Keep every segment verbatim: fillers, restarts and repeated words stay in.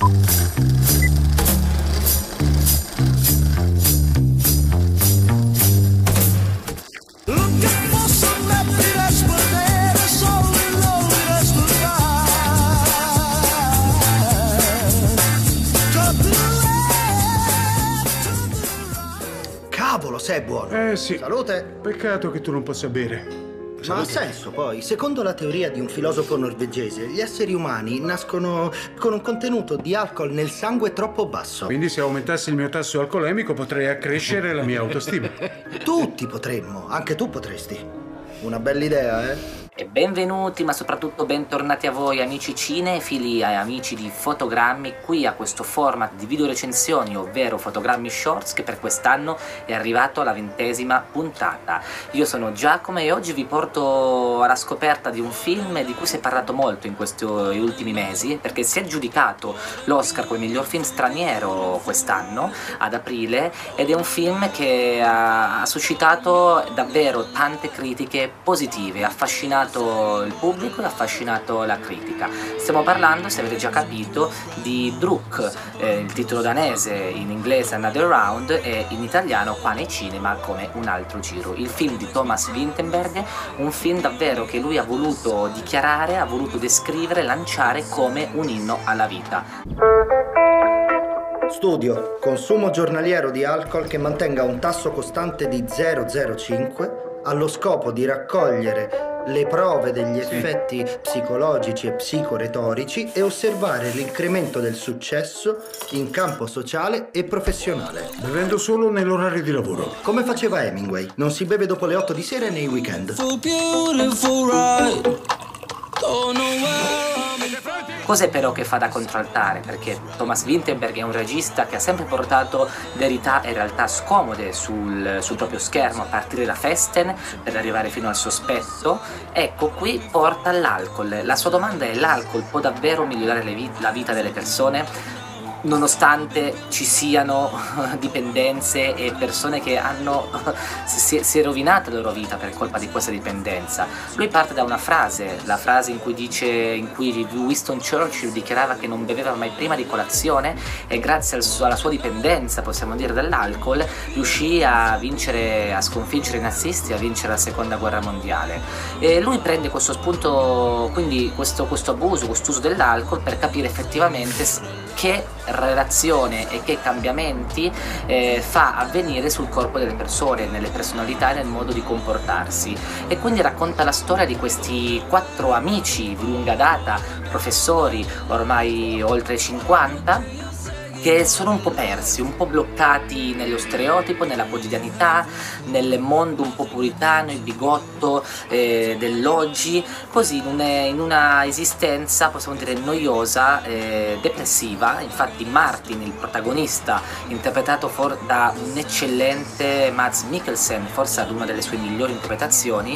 Cavolo, sei buono. Eh sì. Salute. Peccato che tu non possa bere. Ma ha senso, poi. Secondo la teoria di un filosofo norvegese, gli esseri umani nascono con un contenuto di alcol nel sangue troppo basso. Quindi se aumentassi il mio tasso alcolemico potrei accrescere la mia autostima. Tutti potremmo, anche tu potresti. Una bella idea, eh? E benvenuti, ma soprattutto bentornati a voi amici cinefili e amici di Fotogrammi, qui a questo format di video recensioni, ovvero Fotogrammi Shorts, che per quest'anno è arrivato alla ventesima puntata. Io sono Giacomo e oggi vi porto alla scoperta di un film di cui si è parlato molto in questi ultimi mesi, perché si è aggiudicato l'Oscar come miglior film straniero quest'anno, ad aprile, ed è un film che ha suscitato davvero tante critiche positive, affascinato il pubblico e affascinato la critica. Stiamo parlando, se avete già capito, di Druk, eh, il titolo danese, in inglese Another Round e in italiano qua nei cinema come Un altro giro. Il film di Thomas Vinterberg, un film davvero che lui ha voluto dichiarare, ha voluto descrivere, lanciare come un inno alla vita. Studio, consumo giornaliero di alcol che mantenga un tasso costante di zero virgola zero cinque allo scopo di raccogliere le prove degli effetti psicologici e psicoretorici e osservare l'incremento del successo in campo sociale e professionale. Bevendo solo nell'orario di lavoro. Come faceva Hemingway, non si beve dopo le otto di sera e nei weekend. Cos'è però che fa da contraltare? Perché Thomas Vinterberg è un regista che ha sempre portato verità e realtà scomode sul, sul proprio schermo, a partire da Festen per arrivare fino al sospetto. Ecco, qui porta l'alcol. La sua domanda è: l'alcol può davvero migliorare le vit- la vita delle persone? Nonostante ci siano dipendenze e persone che hanno si, si è rovinata la loro vita per colpa di questa dipendenza. Lui parte da una frase, la frase in cui dice, in cui Winston Churchill dichiarava che non beveva mai prima di colazione e grazie al suo, alla sua dipendenza, possiamo dire, dall'alcol, riuscì a vincere, a sconfiggere i nazisti, a vincere la seconda guerra mondiale. E lui prende questo spunto, quindi questo, questo abuso, questo uso dell'alcol per capire effettivamente che relazione e che cambiamenti eh, fa avvenire sul corpo delle persone, nelle personalità e nel modo di comportarsi. E quindi racconta la storia di questi quattro amici di lunga data, professori ormai oltre cinquanta, che sono un po' persi, un po' bloccati nello stereotipo, nella quotidianità, nel mondo un po' puritano e bigotto eh, dell'oggi, così in, un, in una esistenza, possiamo dire, noiosa, eh, depressiva. Infatti Martin, il protagonista, interpretato for- da un eccellente Mads Mikkelsen, forse ad una delle sue migliori interpretazioni,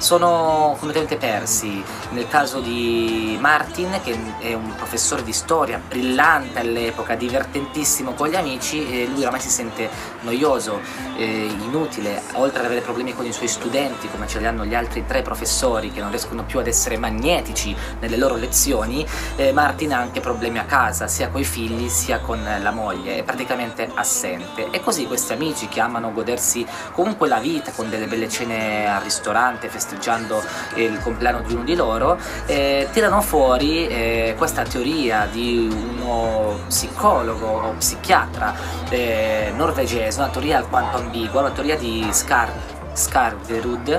sono completamente persi. Nel caso di Martin, che è un professore di storia brillante all'epoca, divertente, con gli amici, e lui ormai si sente noioso, eh, inutile, oltre ad avere problemi con i suoi studenti come ce li hanno gli altri tre professori che non riescono più ad essere magnetici nelle loro lezioni. eh, Martin ha anche problemi a casa, sia coi figli sia con la moglie, è praticamente assente. E così questi amici, che amano godersi comunque la vita con delle belle cene al ristorante, festeggiando eh, il compleanno di uno di loro, eh, tirano fuori eh, questa teoria di uno psicologo o psichiatra eh, norvegese, una teoria alquanto ambigua, una teoria di Skar, Skarverud,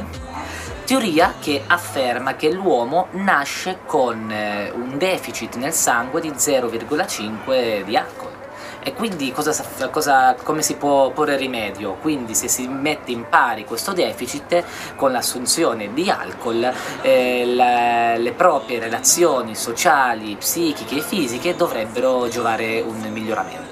teoria che afferma che l'uomo nasce con eh, un deficit nel sangue di zero virgola cinque di alcol. E quindi cosa, cosa, come si può porre rimedio? Quindi se si mette in pari questo deficit con l'assunzione di alcol, eh, la, le proprie relazioni sociali, psichiche e fisiche dovrebbero giovare un miglioramento.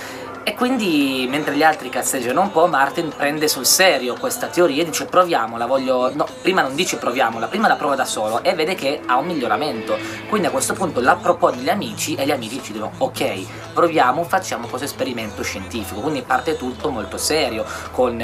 E quindi, mentre gli altri cazzeggiano un po', Martin prende sul serio questa teoria e dice: proviamola, voglio... no, prima non dice proviamola, prima la prova da solo e vede che ha un miglioramento. Quindi a questo punto la propone agli amici e gli amici decidono: ok, proviamo, facciamo questo esperimento scientifico. Quindi parte tutto molto serio, con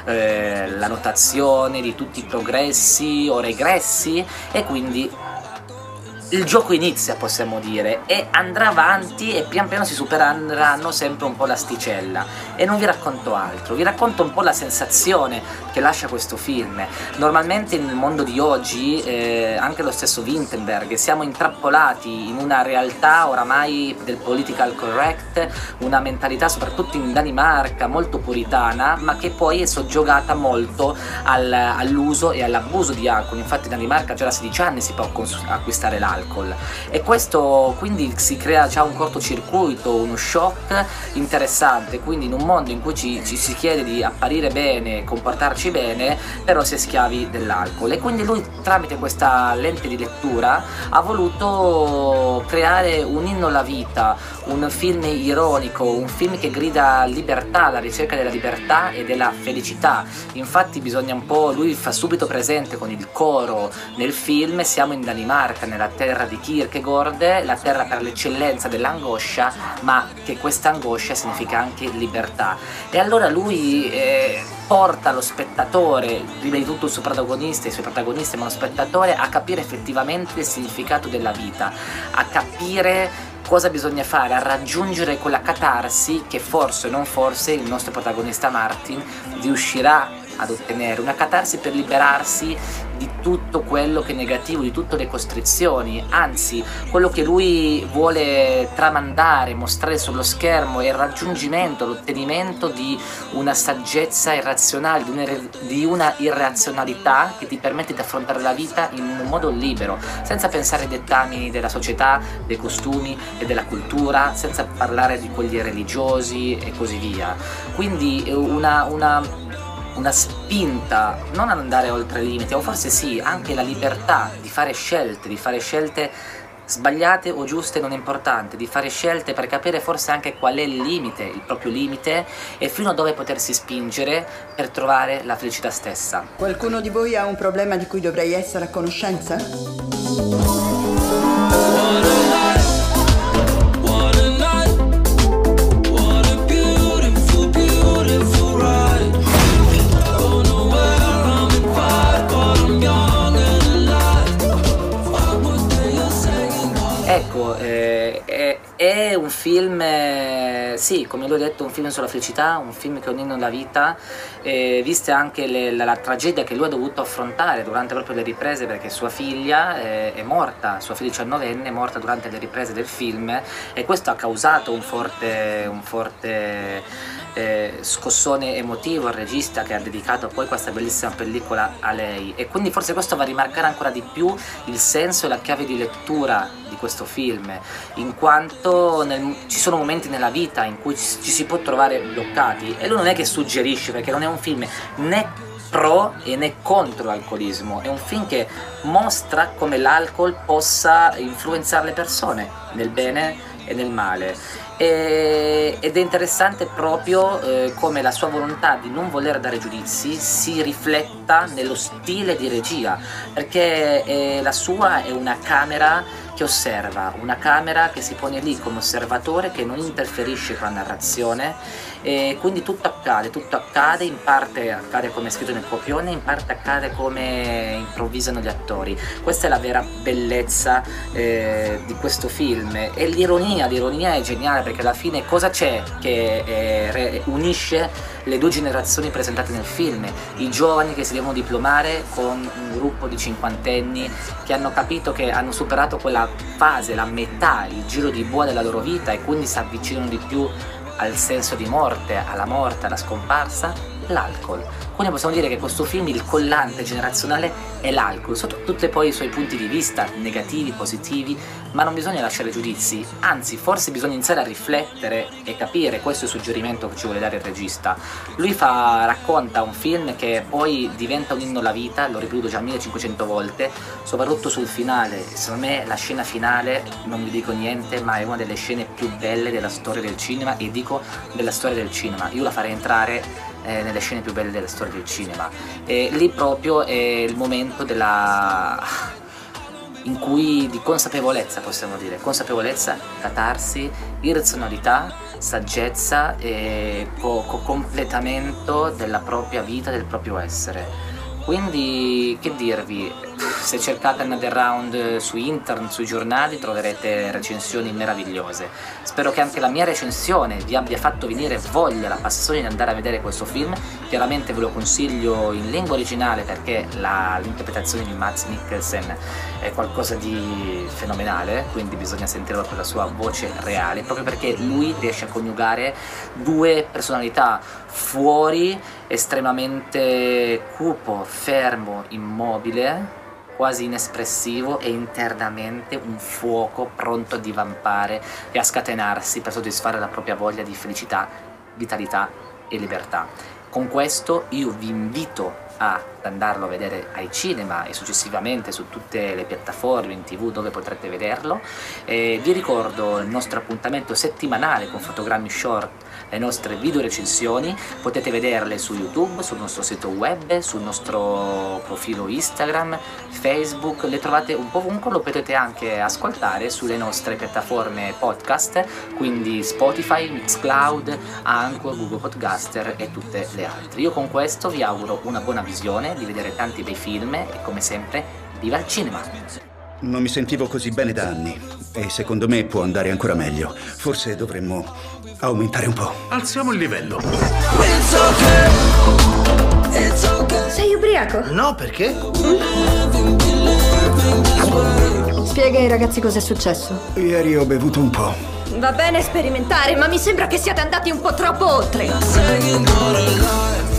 eh, la notazione di tutti i progressi o regressi, e quindi il gioco inizia, possiamo dire, e andrà avanti e pian piano si supereranno sempre un po' l'asticella. E non vi racconto altro, vi racconto un po' la sensazione che lascia questo film. Normalmente nel mondo di oggi, eh, anche lo stesso Vinterberg, siamo intrappolati in una realtà oramai del political correct, una mentalità soprattutto in Danimarca molto puritana, ma che poi è soggiogata molto al, all'uso e all'abuso di alcol. Infatti in Danimarca già da sedici anni si può acquistare l'alcol. E questo quindi si crea già un cortocircuito, uno shock interessante. Quindi in un mondo in cui ci, ci si chiede di apparire bene, comportarci bene, però si è schiavi dell'alcol. E quindi lui, tramite questa lente di lettura, ha voluto creare un inno alla vita, un film ironico, un film che grida libertà, la ricerca della libertà e della felicità. Infatti bisogna un po', lui fa subito presente con il coro nel film: siamo in Danimarca, nella terra di Kierkegaard, la terra per l'eccellenza dell'angoscia, ma che questa angoscia significa anche libertà. E allora lui eh, porta lo spettatore, prima di tutto il suo protagonista, i suoi protagonisti, ma lo spettatore, a capire effettivamente il significato della vita, a capire cosa bisogna fare, a raggiungere quella catarsi che forse o non forse il nostro protagonista Martin riuscirà ad ottenere, una catarsi per liberarsi di tutto quello che è negativo, di tutte le costrizioni. Anzi, quello che lui vuole tramandare, mostrare sullo schermo è il raggiungimento, l'ottenimento di una saggezza irrazionale, di una, di una irrazionalità che ti permette di affrontare la vita in un modo libero, senza pensare ai dettami della società, dei costumi e della cultura, senza parlare di quelli religiosi e così via. Quindi una, una una spinta non ad andare oltre i limiti, o forse sì, anche la libertà di fare scelte, di fare scelte sbagliate o giuste non è importante, di fare scelte per capire forse anche qual è il limite, il proprio limite, e fino a dove potersi spingere per trovare la felicità stessa. Qualcuno di voi ha un problema di cui dovrei essere a conoscenza? Ecco, eh, è, è un film, eh, sì, come l'ho detto, un film sulla felicità, un film che è un inno alla vita, eh, viste anche le, la, la tragedia che lui ha dovuto affrontare durante proprio le riprese, perché sua figlia eh, è morta, sua figlia diciannovenne è morta durante le riprese del film, e questo ha causato un forte, un forte eh, scossone emotivo al regista, che ha dedicato poi questa bellissima pellicola a lei. E quindi forse questo va a rimarcare ancora di più il senso e la chiave di lettura di questo film, in quanto nel, ci sono momenti nella vita in cui ci, ci si può trovare bloccati, e lui non è che suggerisce, perché non è un film né pro e né contro l'alcolismo, è un film che mostra come l'alcol possa influenzare le persone nel bene e nel male. E, ed è interessante proprio eh, come la sua volontà di non voler dare giudizi si rifletta nello stile di regia, perché eh, la sua è una camera che osserva, una camera che si pone lì come osservatore, che non interferisce con la narrazione, e quindi tutto accade, tutto accade, in parte accade come è scritto nel copione, in parte accade come improvvisano gli attori. Questa è la vera bellezza eh, di questo film, e l'ironia, l'ironia è geniale, perché alla fine cosa c'è che eh, unisce le due generazioni presentate nel film? I giovani che si devono diplomare con un gruppo di cinquantenni che hanno capito che hanno superato quella fase, la metà, il giro di boa della loro vita, e quindi si avvicinano di più al senso di morte, alla morte, alla scomparsa, l'alcol. Quindi possiamo dire che questo film, il collante generazionale è l'alcol, sotto tutti poi i suoi punti di vista, negativi, positivi, ma non bisogna lasciare giudizi, anzi forse bisogna iniziare a riflettere e capire. Questo è il suggerimento che ci vuole dare il regista. Lui fa, racconta un film che poi diventa un inno alla vita, l'ho ripetuto già millecinquecento volte, soprattutto sul finale. Secondo me la scena finale, non vi dico niente, ma è una delle scene più belle della storia del cinema, e dico della storia del cinema, io la farei entrare Eh, nelle scene più belle della storia del cinema. E lì proprio è il momento della in cui di consapevolezza, possiamo dire, consapevolezza, catarsi, irrazionalità, saggezza e co co completamento della propria vita, del proprio essere. Quindi che dirvi, Se cercate Another Round su internet, sui giornali, troverete recensioni meravigliose. Spero che anche la mia recensione vi abbia fatto venire voglia, la passione di andare a vedere questo film. Chiaramente ve lo consiglio in lingua originale perché la, l'interpretazione di Mads Mikkelsen è qualcosa di fenomenale, quindi bisogna sentirlo per la sua voce reale, proprio perché lui riesce a coniugare due personalità fuori, estremamente cupo, fermo, immobile, quasi inespressivo, e internamente un fuoco pronto a divampare e a scatenarsi per soddisfare la propria voglia di felicità, vitalità e libertà. Con questo io vi invito ad andarlo a vedere ai cinema e successivamente su tutte le piattaforme in tv dove potrete vederlo. E vi ricordo il nostro appuntamento settimanale con fotogrammi short, le nostre video recensioni, potete vederle su YouTube, sul nostro sito web, sul nostro profilo Instagram, Facebook, le trovate un po' ovunque, lo potete anche ascoltare sulle nostre piattaforme podcast, quindi Spotify, Mixcloud, Anchor, Google Podcaster e tutte le altre. Io con questo vi auguro una buona visione, di vedere tanti bei film e come sempre, viva il cinema! Non mi sentivo così bene da anni e secondo me può andare ancora meglio. Forse dovremmo aumentare un po'. Alziamo il livello. Sei ubriaco? No, perché? Spiega ai ragazzi cos'è successo. Ieri ho bevuto un po'. Va bene sperimentare, ma mi sembra che siate andati un po' troppo oltre.